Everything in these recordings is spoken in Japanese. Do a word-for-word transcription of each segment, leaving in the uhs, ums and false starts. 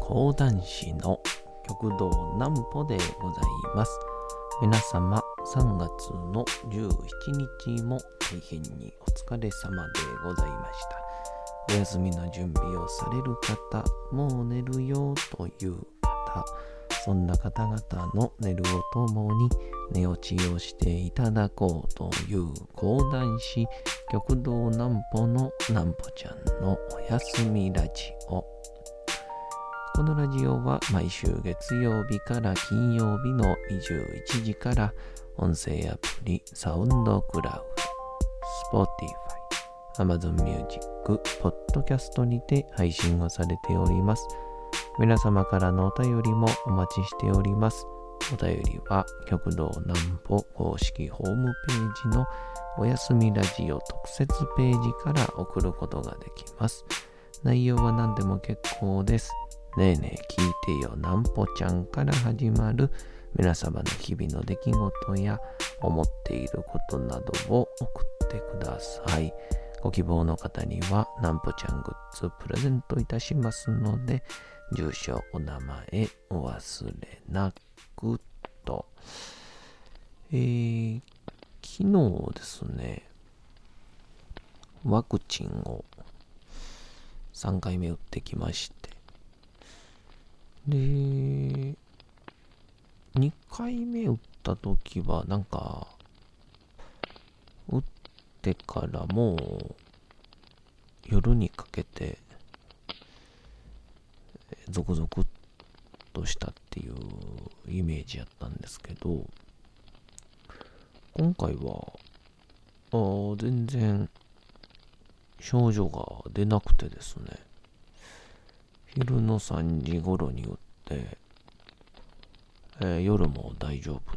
講談師の極道南歩でございます。皆様さんがつのじゅうしちにちも大変にお疲れ様でございました。お休みの準備をされる方、もう寝るよという方、そんな方々の寝るをともに寝落ちをしていただこうという講談師極道南歩の南歩ちゃんのおやすみラジオ。このラジオは毎週月曜日から金曜日のにじゅういちじから音声アプリサウンドクラウド、Spotify、Amazon Music、Podcast にて配信をされております。皆様からのお便りもお待ちしております。お便りは極道南歩公式ホームページのおやすみラジオ特設ページから送ることができます。内容は何でも結構です。ねえねえ聞いてよ南歩ちゃんから始まる皆様の日々の出来事や思っていることなどを送ってください。ご希望の方には南歩ちゃんグッズプレゼントいたしますので、住所お名前お忘れなくと。えー、昨日ですね、ワクチンをさんかいめ打ってきまして、でにかいめ打った時はなんか打ってからもう夜にかけてゾクゾクっとしたっていうイメージやったんですけど、今回はあー全然症状が出なくてですね、昼のさんじ頃に打って、えー、夜も大丈夫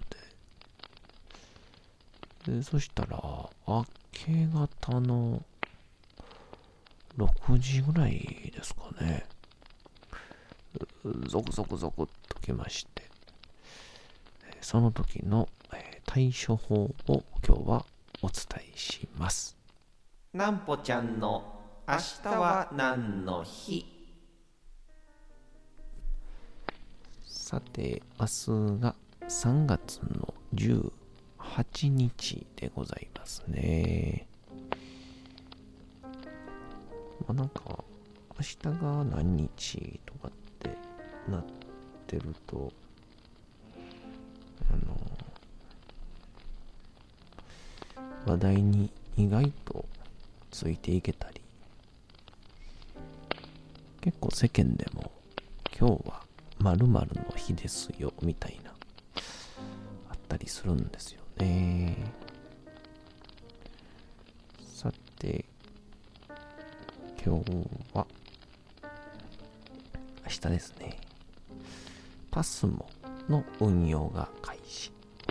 で、でそしたら明け方のろくじぐらいですかね、ゾクゾクゾクっときまして、その時の、えー、対処法を今日はお伝えします。南歩ちゃんの明日は何の日。さて、明日がさんがつのじゅうはちにちでございますね。まあ、なんか明日が何日とかってなってると、あの話題に意外とついていけたり、結構世間でも今日は〇〇の日ですよみたいなあったりするんですよね。さて、今日は明日ですね、パスモの運用が開始。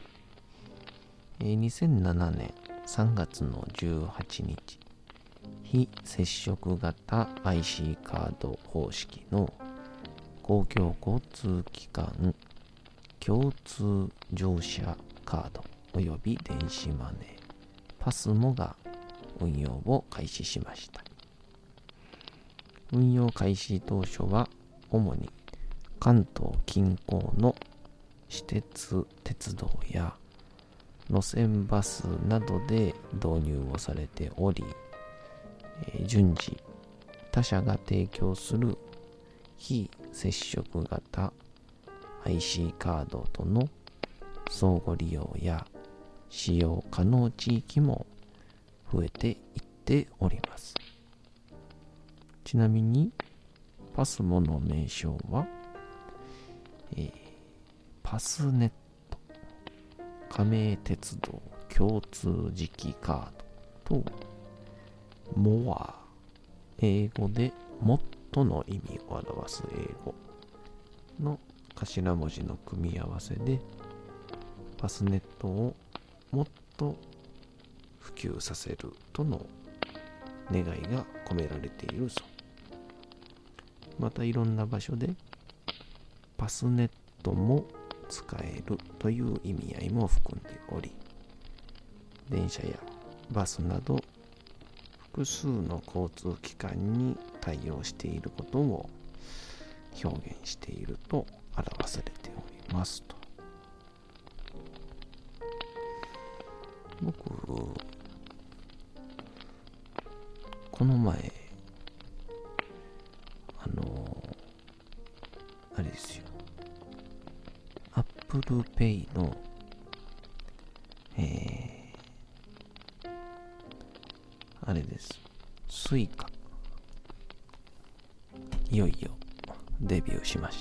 にせんななねんさんがつのじゅうはちにち、非接触型 アイシー カード方式の公共交通機関共通乗車カードおよび電子マネーパスモが運用を開始しました。運用開始当初は主に関東近郊の私鉄鉄道や路線バスなどで導入をされており、順次他社が提供する非接触型 アイシー カードとの相互利用や使用可能地域も増えていっております。ちなみにパスモの名称は、えー、パスネット加盟鉄道共通磁気カードとモア、英語でもっとの意味を表す英語の頭文字の組み合わせで、パスネットをもっと普及させるとの願いが込められているそう。またいろんな場所でパスネットも使えるという意味合いも含んでおり、電車やバスなど複数の交通機関に対応していることを表現していると表されておりますと。僕この前あのあれですよ、Apple Pay のえー、あれです、スイカいよいよデビューしまして、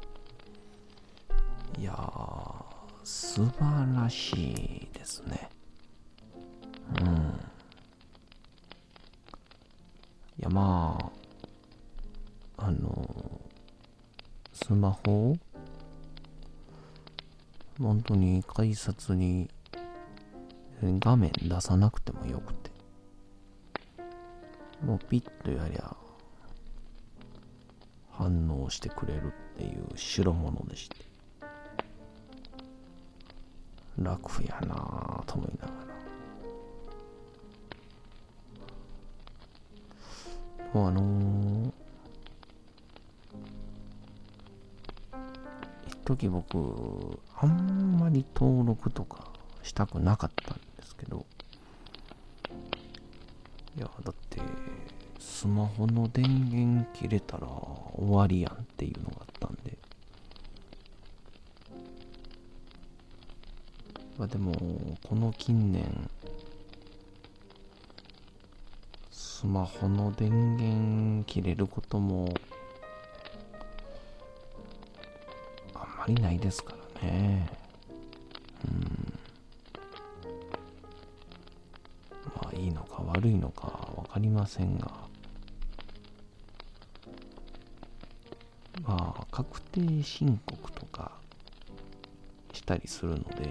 いやー素晴らしいですね。うん。いやまああのスマホを本当に改札に画面出さなくてもよくて、もうピッとやりゃ反応してくれるっていう代物でして、楽やなぁと思いながら、もうあのー、一時僕あんまり登録とかしたくなかったんですけど、いやだってスマホの電源切れたら終わりやんっていうのがあったんで、まあでもこの近年スマホの電源切れることもあんまりないですからね。うん。まあいいのか悪いのかわかりませんが、まあ確定申告とかしたりするので、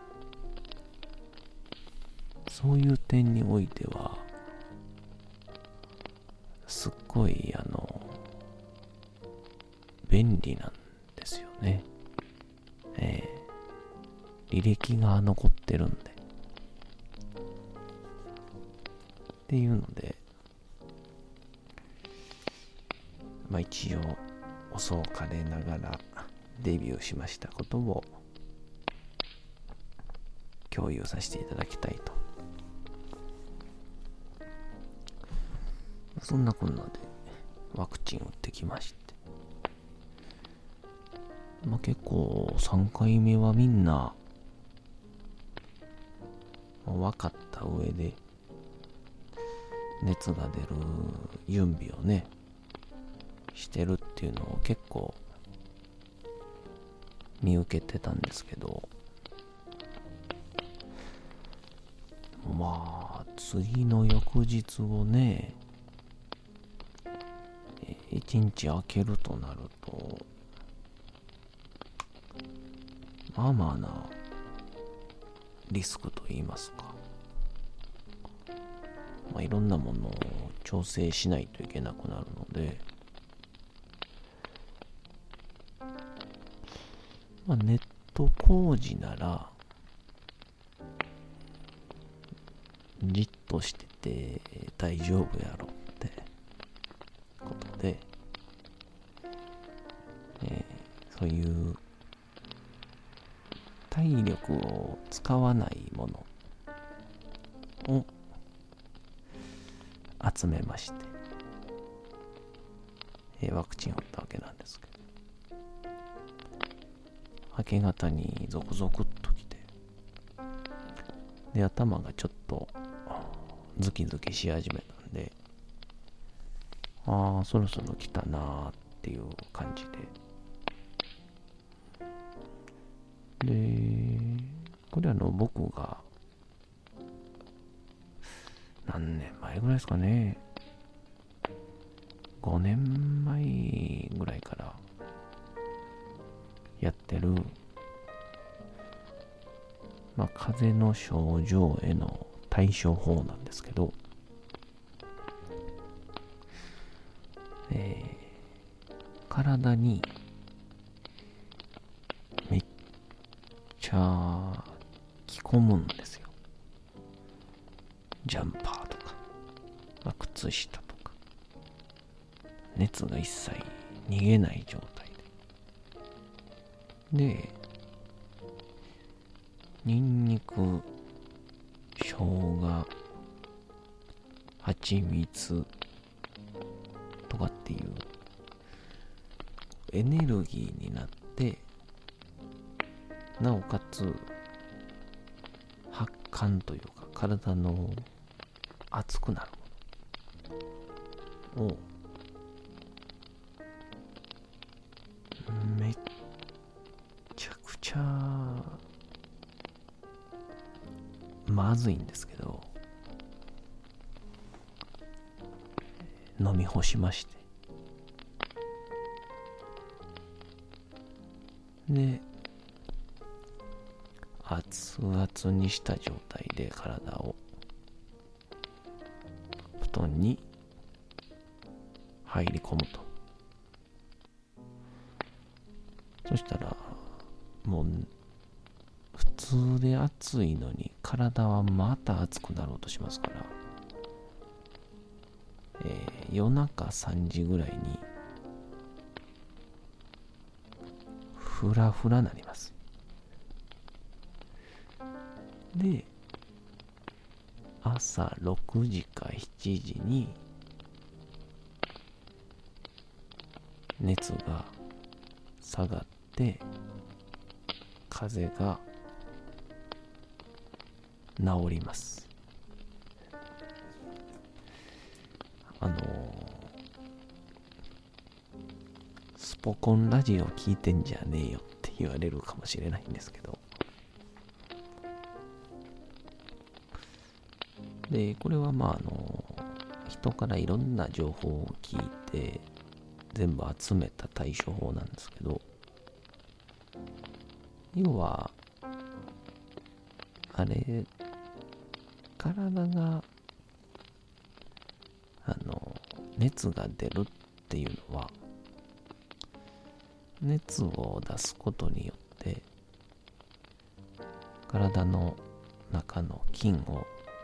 そういう点においてはすっごいあの便利なんですよね。えー、履歴が残ってるんでっていうので、まあ一応遅かれながらデビューしましたことを共有させていただきたいと。そんなこんなでワクチン打ってきまして、まあ結構さんかいめはみんな分かった上で熱が出る準備をねしてるっていうのを結構見受けてたんですけど、まあ次の翌日をね一日空けるとなると、まあまあなリスクと言いますか、まあ、いろんなものを調整しないといけなくなるので、まあ、ネット工事ならじっとしてて大丈夫やろってことで、えー、そういう体力を使わないものを集めまして、えー、ワクチンを打ったわけなんですけど、明け方にゾクゾクっときて、で頭がちょっとズキズキし始めたんで、ああそろそろ来たなーっていう感じで、でこれあの僕が何年前ぐらいですかね、ごねんまえぐらいからやってる、まあ風邪の症状への対処法なんですけど、えー、体にめっちゃ着込むんですよ。ジャンパーとか、まあ、靴下とか、熱が一切逃げない状態で。で、ニンニク、生姜、蜂蜜とかっていうエネルギーになって、なおかつ発汗というか体の熱くなるものをめっちゃくちゃまずいんですけど、飲み干しまして、で熱々にした状態で体を布団に入り込むと。そしたらもう普通で暑いのに体はまた熱くなろうとしますから、えー、夜中さんじぐらいにフラフラなります。で、朝ろくじかしちじに熱が下がって風邪が治ります。あのー、スポコンラジオ聞いてんじゃねえよって言われるかもしれないんですけど、でこれはまああの人からいろんな情報を聞いて全部集めた対処法なんですけど、要はあれ体があの熱が出るっていうのは、熱を出すことによって体の中の菌を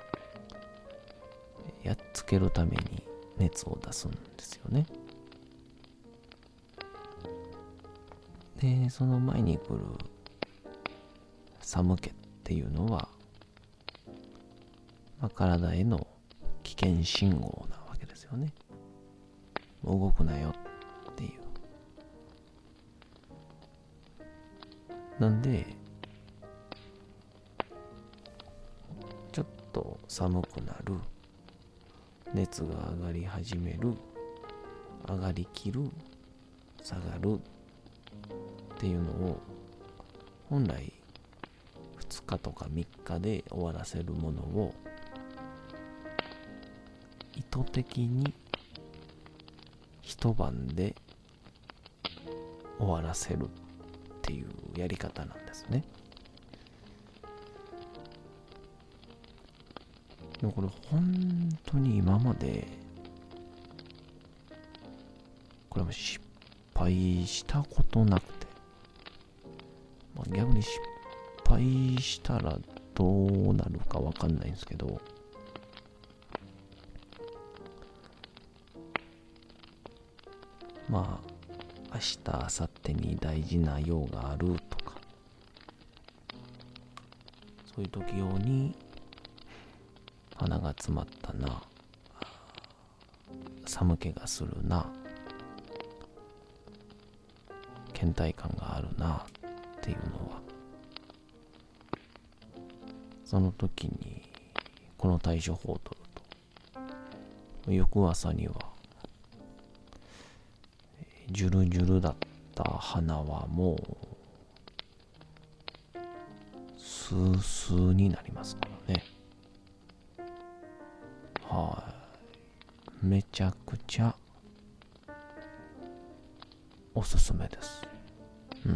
やっつけるために熱を出すんですよね。で、その前に来る寒気っていうのは、まあ、体への危険信号なわけですよね。もう動くなよっていう。なんで、ちょっと寒くなる、熱が上がり始める、上がりきる、下がるっていうのを本来ふつかとかみっかで終わらせるものを意図的に一晩で終わらせるっていうやり方なんですね。でもこれ本当に今までこれも失敗したことなくて、まあ、逆に失敗したらどうなるかわかんないんですけど、まあ明日明後日に大事な用があるとか、そういう時用に鼻が詰まったな、寒気がするな、倦怠感があるなっていうのは、その時にこの対処法を取ると、翌朝にはジュルジュルだった鼻はもうスースーになりますからね。はい、めちゃくちゃおすすめです。うん。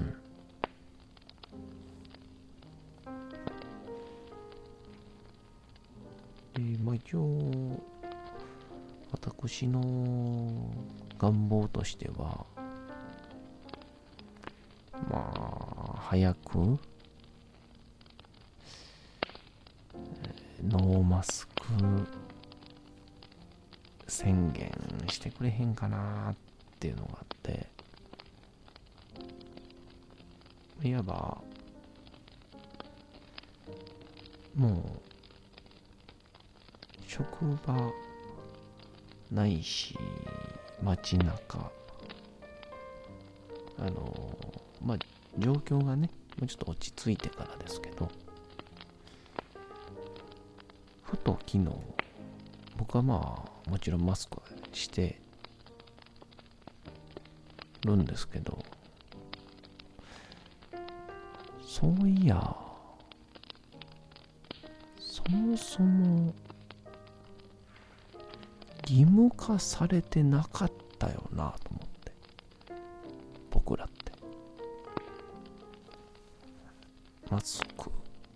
で、まあ一応私の願望としては、まあ早くノーマスク宣言してくれへんかなっていうのがあって、 いわばもう職場ないし街中、あのまあ状況がねもうちょっと落ち着いてからですけど、ふと昨日僕はまあもちろんマスクはしてるんですけど、そういやそもそも義務化されてなかったよなと思って、僕らってマスク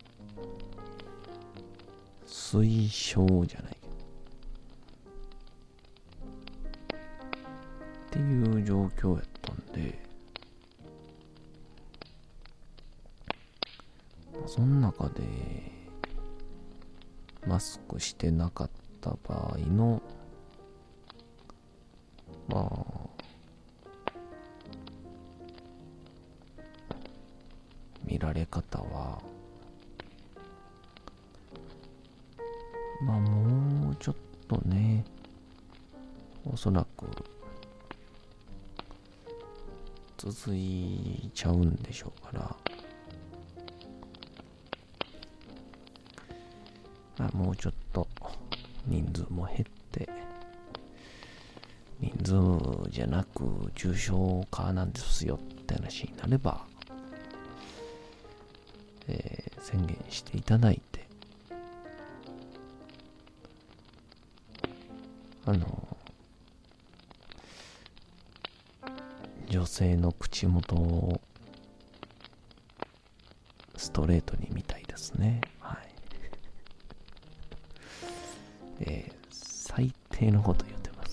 推奨じゃないっていう状況やったんで、その中でマスクしてなかった場合のまあ見られ方はまあもうちょっとね、おそらく続いちゃうんでしょうから、まあ、もうちょっと人数も減って、人数じゃなく重症化なんですよって話になれば、えー、宣言していただいて、あの女性の口元をストレートに見たいですね。はい。えー、最低のこと言ってます。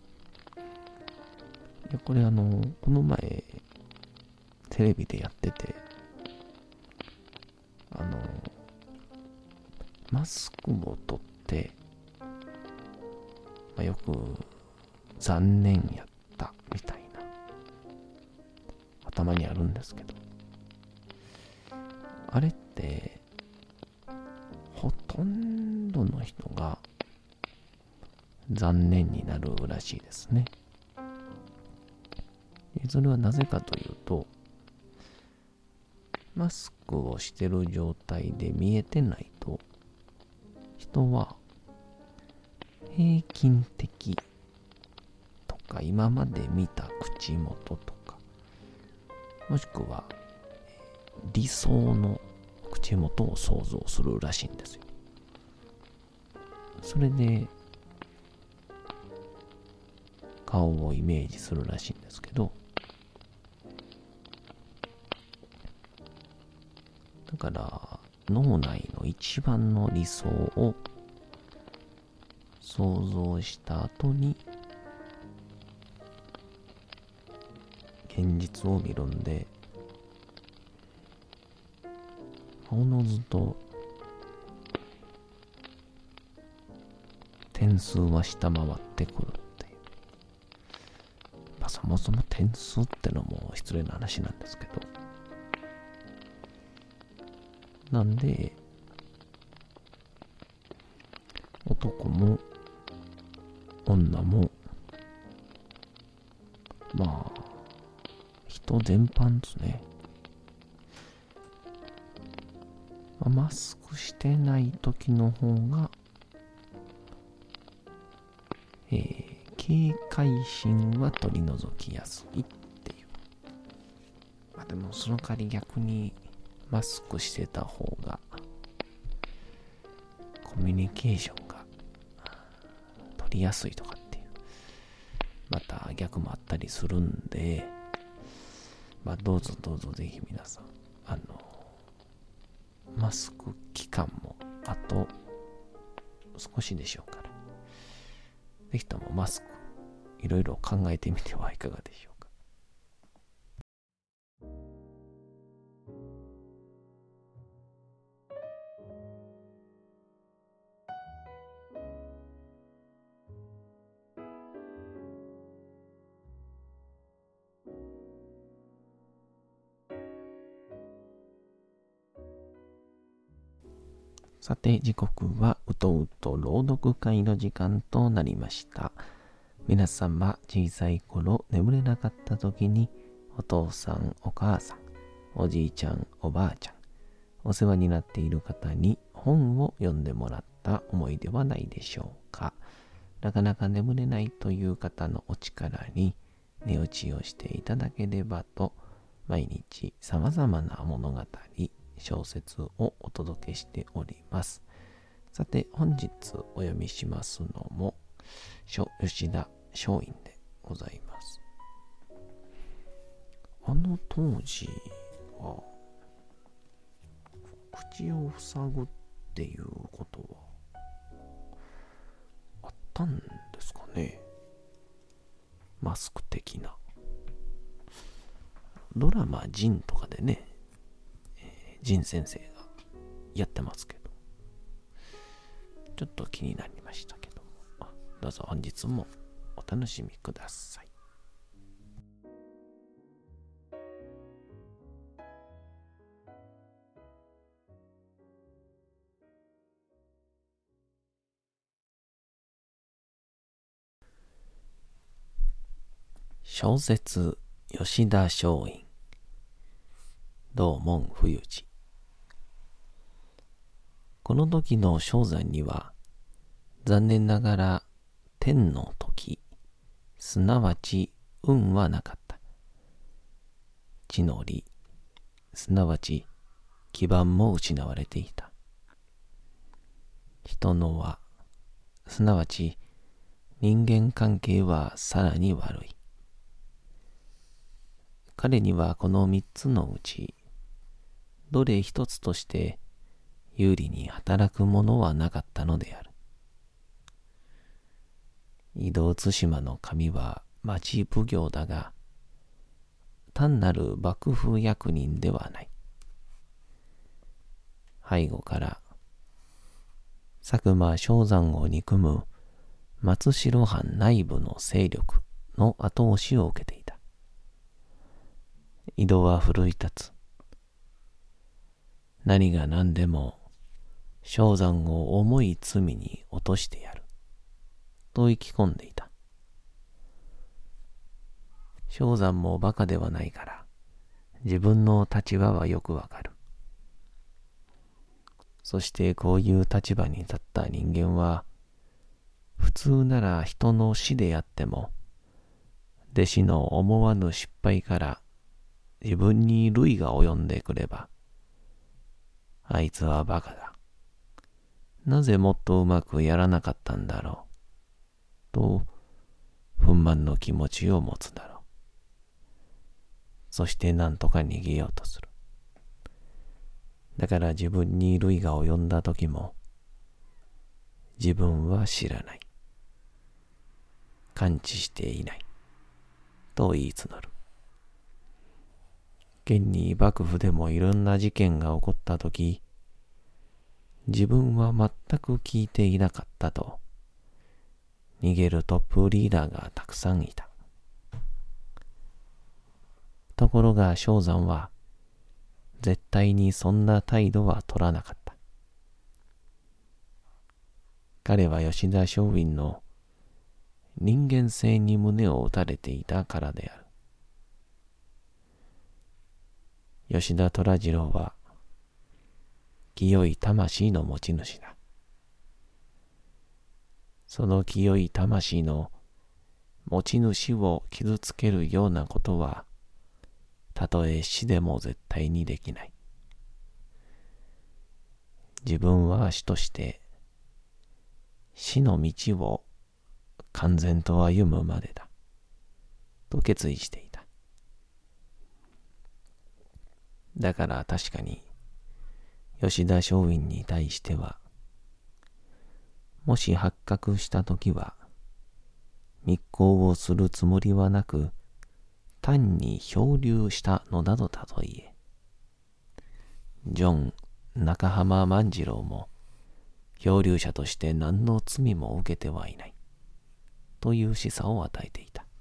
いや、これあの、この前、テレビでやってて、あの、マスクを取って、まあ、よく、残念やったみたいな、頭にあるんですけど、あれって、ほとんどの人が残念になるらしいですね。それはなぜかというと、マスクをしてる状態で見えてないと、人は平均的とか今まで見た口元とか、もしくは理想の口元を想像するらしいんですよ。それで顔をイメージするらしいんですけど、だから脳内の一番の理想を想像した後に現実を見るんで、おのずと点数は下回ってくるっていう、まあ、そもそも点数ってのも失礼な話なんですけど、なんで男も女もまあ人全般ですね、まあ、マスクしてない時の方が、えー、警戒心は取り除きやすいっていう。まあでもその代わり逆にマスクしてた方がコミュニケーションが取りやすいとかっていう、また逆もあったりするんで、まあどうぞどうぞぜひ皆さん、あのマスク期間もあと少しでしょうから、ぜひともマスクいろいろ考えてみてはいかがでしょうか。 さて、時刻はうとうと朗読会の時間となりました。皆様、小さい頃眠れなかった時に、お父さん、お母さん、おじいちゃん、おばあちゃん、お世話になっている方に本を読んでもらった思いではないでしょうか。なかなか眠れないという方のお力に寝落ちをしていただければと、毎日様々な物語、小説をお届けしております。さて、本日お読みしますのも吉田松陰でございます。あの当時は口を塞ぐっていうことはあったんですかね。マスク的なドラマジンとかでね、ジン先生がやってますけど、ちょっと気になりましたけども、どうぞ本日もお楽しみください。小説吉田松陰、道門冬治。この時の正山には、残念ながら天の時、すなわち運はなかった。地の利、すなわち基盤も失われていた。人の輪、すなわち人間関係はさらに悪い。彼にはこの三つのうち、どれ一つとして有利に働くものはなかったのである。井戸津島の神は町奉行だが、単なる幕府役人ではない。背後から佐久間象山を憎む松代藩内部の勢力の後押しを受けていた。井戸は奮い立つ。何が何でも象山を重い罪に落としてやると意気込んでいた。象山も馬鹿ではないから自分の立場はよくわかる。そしてこういう立場に立った人間は、普通なら人の死であっても、弟子の思わぬ失敗から自分に累が及んでくれば、あいつは馬鹿だ。なぜもっとうまくやらなかったんだろう。と、憤懣の気持ちを持つだろう。そして何とか逃げようとする。だから自分に累が及んだ時も、自分は知らない。感知していない。と言い募る。現に幕府でもいろんな事件が起こったとき、自分は全く聞いていなかったと、逃げるトップリーダーがたくさんいた。ところが象山は、絶対にそんな態度は取らなかった。彼は吉田松陰の人間性に胸を打たれていたからである。吉田虎次郎は清い魂の持ち主だ。その清い魂の持ち主を傷つけるようなことは、たとえ死でも絶対にできない。自分は死として死の道を完全と歩むまでだと決意していた。だから確かに吉田松陰に対しては、もし発覚したときは密航をするつもりはなく、単に漂流したのだとたとえ、ジョン中浜万次郎も漂流者として何の罪も受けてはいないという示唆を与えていた。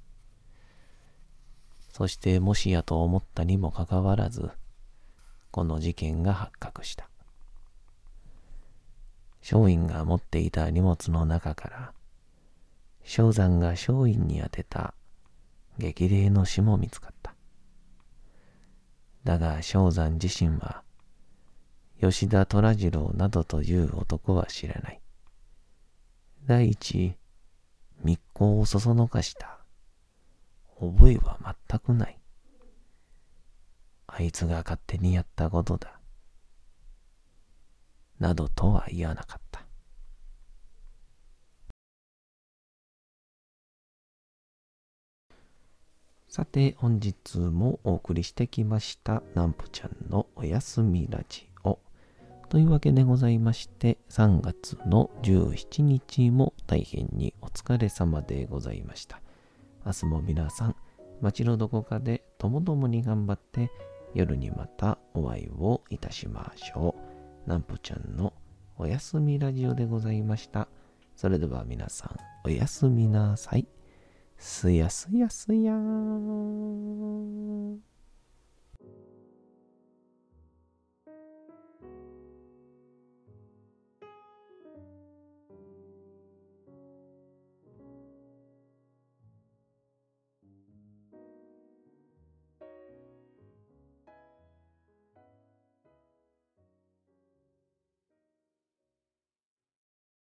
そしてもしやと思ったにもかかわらず、この事件が発覚した。 松陰が持っていた荷物の中から、正山が松陰に宛てた激励の詩も見つかった。だが正山自身は、吉田虎次郎などという男は知らない。第一、密航をそそのかした覚えは全くない。あいつが勝手にやったことだ。などとは言わなかった。さて本日もお送りしてきましたなんぽちゃんのおやすみラジオというわけでございまして、さんがつのじゅうしちにちも大変にお疲れ様でございました。明日も皆さん街のどこかでともどもに頑張って夜にまたお会いをいたしましょう。なんぽちゃんのおやすみラジオでございました。それでは皆さんおやすみなさい。すやすやすやーん。